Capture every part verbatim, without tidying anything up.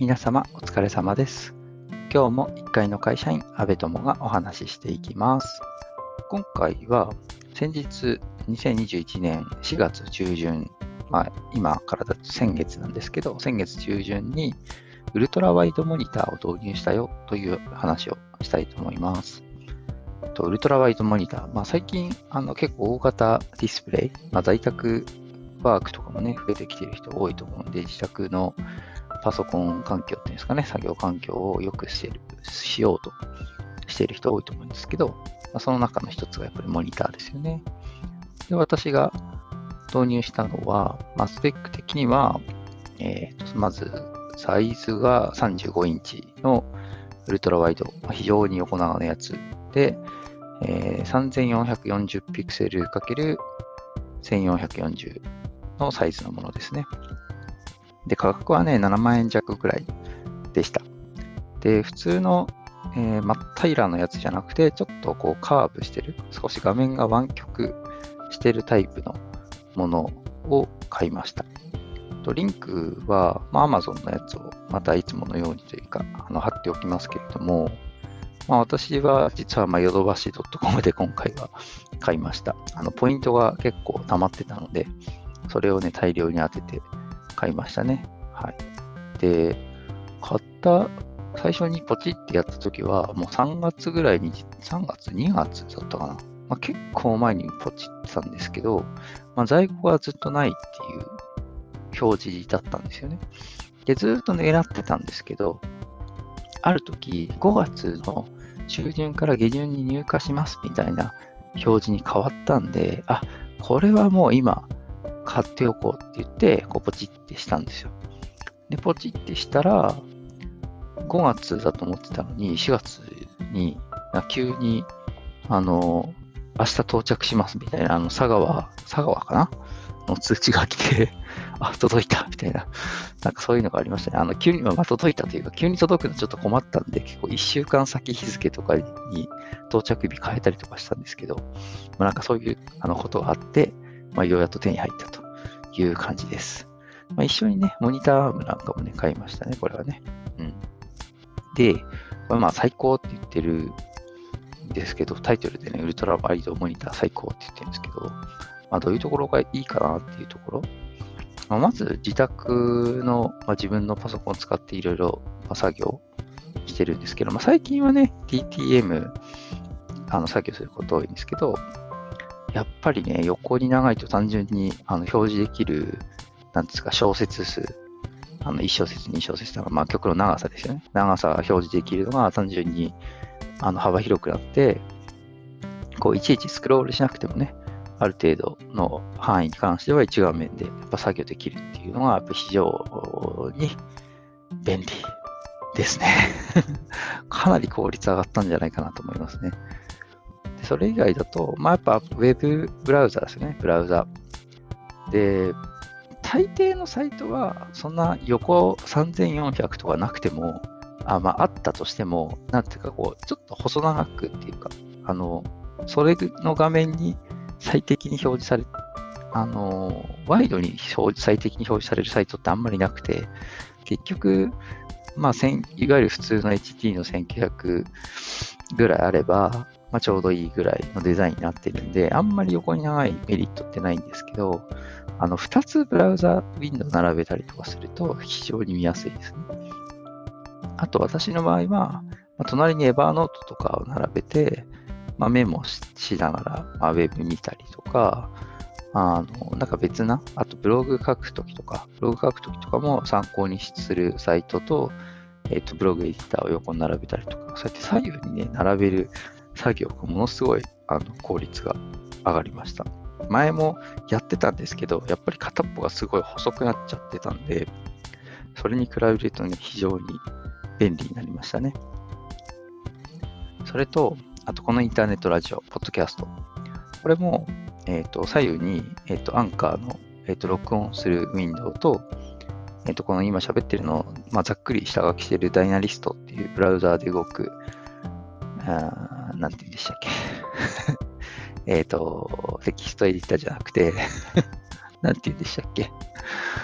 皆様お疲れ様です。今日もいっかいの会社員阿部友がお話ししていきます。今回は先日にせんにじゅういちねんしがつ中旬、まあ、今からだと先月なんですけど、先月中旬にウルトラワイドモニターを導入したよという話をしたいと思います。とウルトラワイドモニター、まあ、最近あの結構大型ディスプレイ、まあ、在宅ワークとかもね、増えてきている人多いと思うので、自宅のパソコン環境っていうんですかね、作業環境を良くしている、しようとしている人多いと思うんですけど、まあ、その中の一つがやっぱりモニターですよね。で、私が導入したのは、まあ、スペック的には、えー、とまずサイズがさんじゅうごインチのウルトラワイド、まあ、非常に横長のやつで、えー、さんぜんよんひゃくよんじゅうピクセル ×せんよんひゃくよんじゅう のサイズのものですね。で、価格はね、ななまんえん弱ぐらいでした。で、普通の、えー、真っ平らのやつじゃなくて、ちょっとこうカーブしてる、少し画面が湾曲してるタイプのものを買いました。とリンクは、まあ、Amazon のやつをまたいつものようにというか、あの貼っておきますけれども、まあ、私は実はまあヨドバシ .com で今回は買いました。あのポイントが結構溜まってたので、それをね、大量に当てて買いましたね。はい。で、買った最初にポチってやった時は、もうさんがつぐらいに、さんがつ、にがつだったかな。まあ、結構前にポチってたんですけど、まあ、在庫がずっとないっていう表示だったんですよね。で、ずっと狙ってたんですけど、ある時、ごがつの中旬から下旬に入荷しますみたいな表示に変わったんで、あ、これはもう今買っておこうって言って、こうポチってしたんですよ。で、ポチってしたら、ごがつだと思ってたのに、しがつに急に、あの、明日到着しますみたいな、あの、佐川、佐川かなの通知が来て、あ、届いたみたいな、なんかそういうのがありましたね。あの、急に、まあ、届いたというか、急に届くのちょっと困ったんで、結構いっしゅうかん先日付とかに到着日変えたりとかしたんですけど、まあ、なんかそういうあのことがあって、まあ、ようやっと手に入ったという感じです。まあ、一緒にね、モニターアームなんかもね、買いましたね、これはね。うん。で、これまあ最高って言ってるんですけど、タイトルでね、ウルトラワイドモニター最高って言ってるんですけど、まあ、どういうところがいいかなっていうところ。まあ、まず自宅の、まあ、自分のパソコンを使っていろいろ作業してるんですけど、まあ、最近はね、ティーティーエム あの作業すること多いんですけど、やっぱりね、横に長いと単純にあの表示できる、なんですか、小節数、あのいち小節、に小節とか、まあ、曲の長さですよね。長さが表示できるのが単純にあの幅広くなって、こういちいちスクロールしなくてもね、ある程度の範囲に関しては一画面でやっぱ作業できるっていうのがやっぱ非常に便利ですね。かなり効率上がったんじゃないかなと思いますね。でそれ以外だと、まあ、やっぱウェブブラウザですね、ブラウザ。で、大抵のサイトはそんな横さんぜんよんひゃくとかなくても、あ、まあ、あったとしても、なんていうかこう、ちょっと細長くっていうか、あの、それの画面に最適に表示され、あの、ワイドに表示最適に表示されるサイトってあんまりなくて、結局、まあ、いわゆる普通の エイチディー のせんきゅうひゃくぐらいあれば、まあ、ちょうどいいぐらいのデザインになってるんで、あんまり横に長いメリットってないんですけど、あの、ふたつブラウザウィンドウ並べたりとかすると非常に見やすいですね。あと私の場合は、まあ、隣にエバーノートとかを並べて、まあ、メモしながら、まあ、ウェブ見たりとか、あの、なんか別な、あとブログ書くときとか、ブログ書くときとかも参考にするサイトと、えっと、ブログエディターを横に並べたりとか、そうやって左右にね、並べる作業がものすごいあの効率が上がりました。前もやってたんですけど、やっぱり片っぽがすごい細くなっちゃってたんで、それに比べるとね、非常に便利になりましたね。それと、あとこのインターネットラジオ、ポッドキャスト。これも、えっと、左右に、えっと、アンカーの、えっと、録音するウィンドウと、えっと、この今喋ってるのを、まあ、ざっくり下書きしてるダイナリストっていうブラウザーで動く、あなんて言うんでしたっけ。えっと、テキストエディターじゃなくて、なんて言うんでしたっけ。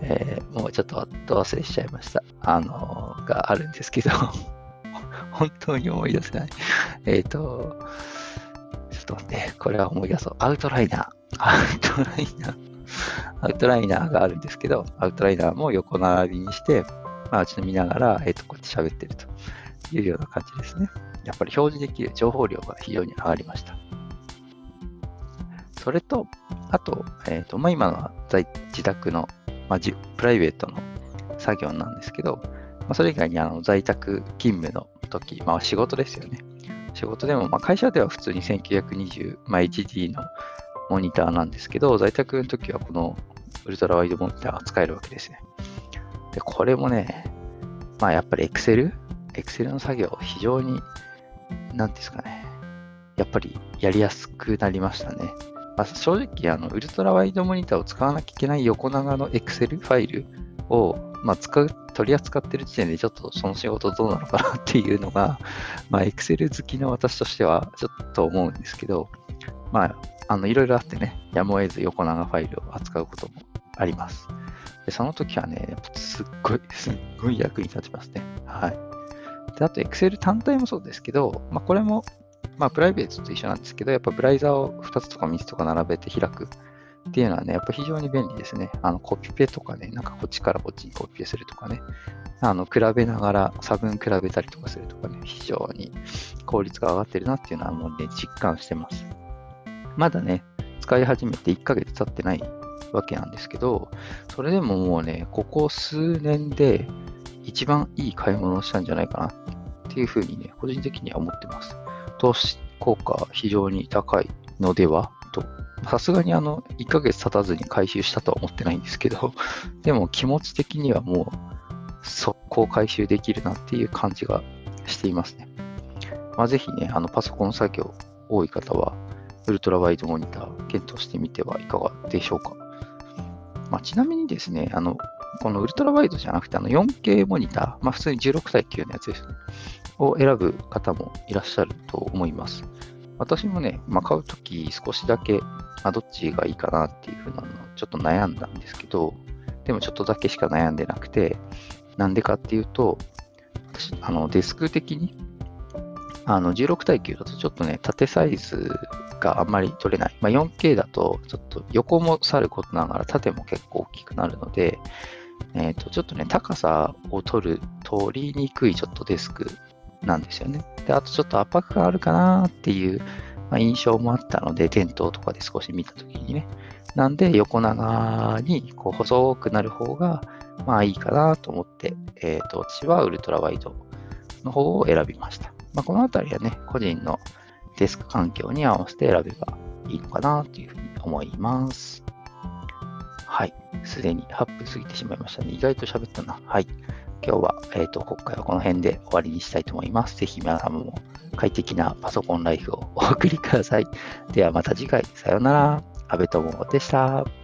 えーもうちょっとど忘れしちゃいました。あのーがあるんですけど、本当に思い出せない。えっと、ちょっと待って、これは思い出そう。アウトライナー。アウトライナー。アウトライナーがあるんですけど、アウトライナーも横並びにして、まあ、ちょっと見ながら、えっと、こうやって喋ってるというような感じですね。やっぱり表示できる情報量が非常に上がりました。それと、あと、えっと、まあ、今のは在自宅の、まあ、じプライベートの作業なんですけど、まあ、それ以外にあの在宅勤務の時、まあ、仕事ですよね。仕事でも、まあ、会社では普通にせんきゅうひゃくにじゅう、まあ、エイチディー のモニターなんですけど、在宅の時はこのウルトラワイドモニターが使えるわけですね。で、これもね、まあやっぱり Excel、Excel の作業非常に、なんですかね、やっぱりやりやすくなりましたね。まあ、正直、あの、ウルトラワイドモニターを使わなきゃいけない横長の Excel ファイルを、まあ、使う、取り扱ってる時点でちょっとその仕事どうなのかなっていうのが、まあ、Excel 好きの私としてはちょっと思うんですけど、まあ、あの、いろいろあってね、やむを得ず横長ファイルを扱うこともあります。で、その時はね、やっぱすっごい、すっごい役に立ちますね。はい。で、あと Excel 単体もそうですけど、まあ、これも、まあ、プライベートと一緒なんですけど、やっぱブライザーをふたつとかみっつとか並べて開くっていうのはね、やっぱ非常に便利ですね。あの、コピペとかね、なんかこっちからこっちにコピペするとかね、あの、比べながら差分比べたりとかするとかね、非常に効率が上がってるなっていうのはもうね、実感してます。まだね、使い始めていっかげつ経ってないわけなんですけど、それでももうね、ここ数年で一番いい買い物をしたんじゃないかなっていうふうにね、個人的には思ってます。投資効果非常に高いのではと。さすがにあの、いっかげつ経たずに回収したとは思ってないんですけど、でも気持ち的にはもう速攻回収できるなっていう感じがしていますね。まあ、ぜひね、あのパソコン作業多い方は、ウルトラワイドモニター検討してみてはいかがでしょうか。まあ、ちなみにですね、あの、このウルトラワイドじゃなくて、あの よんケー モニター、まあ、普通にじゅうろくたいきゅうのやつですね、を選ぶ方もいらっしゃると思います。私もね、まあ、買うとき少しだけ、まあ、どっちがいいかなっていうふうなのをちょっと悩んだんですけど、でもちょっとだけしか悩んでなくて、なんでかっていうと、私、あのデスク的に、あのじゅうろくたいきゅうだとちょっとね、縦サイズがあんまり取れない。まあ、よんケー だとちょっと横もさることながら縦も結構大きくなるので、えーと、ちょっとね、高さを取る、取りにくいちょっとデスクなんですよね。で、あとちょっと圧迫感あるかなっていう、まあ、印象もあったので、店頭とかで少し見たときにね。なんで、横長にこう細くなる方が、まあいいかなと思って、えーと、私はウルトラワイドの方を選びました。まあ、このあたりはね、個人のデスク環境に合わせて選べばいいのかなというふうに思います。はい。すでにはっぷん過ぎてしまいましたね。意外と喋ったな。はい。今日は、えっと、今回はこの辺で終わりにしたいと思います。ぜひ皆様も快適なパソコンライフをお送りください。ではまた次回、さようなら。阿部友でした。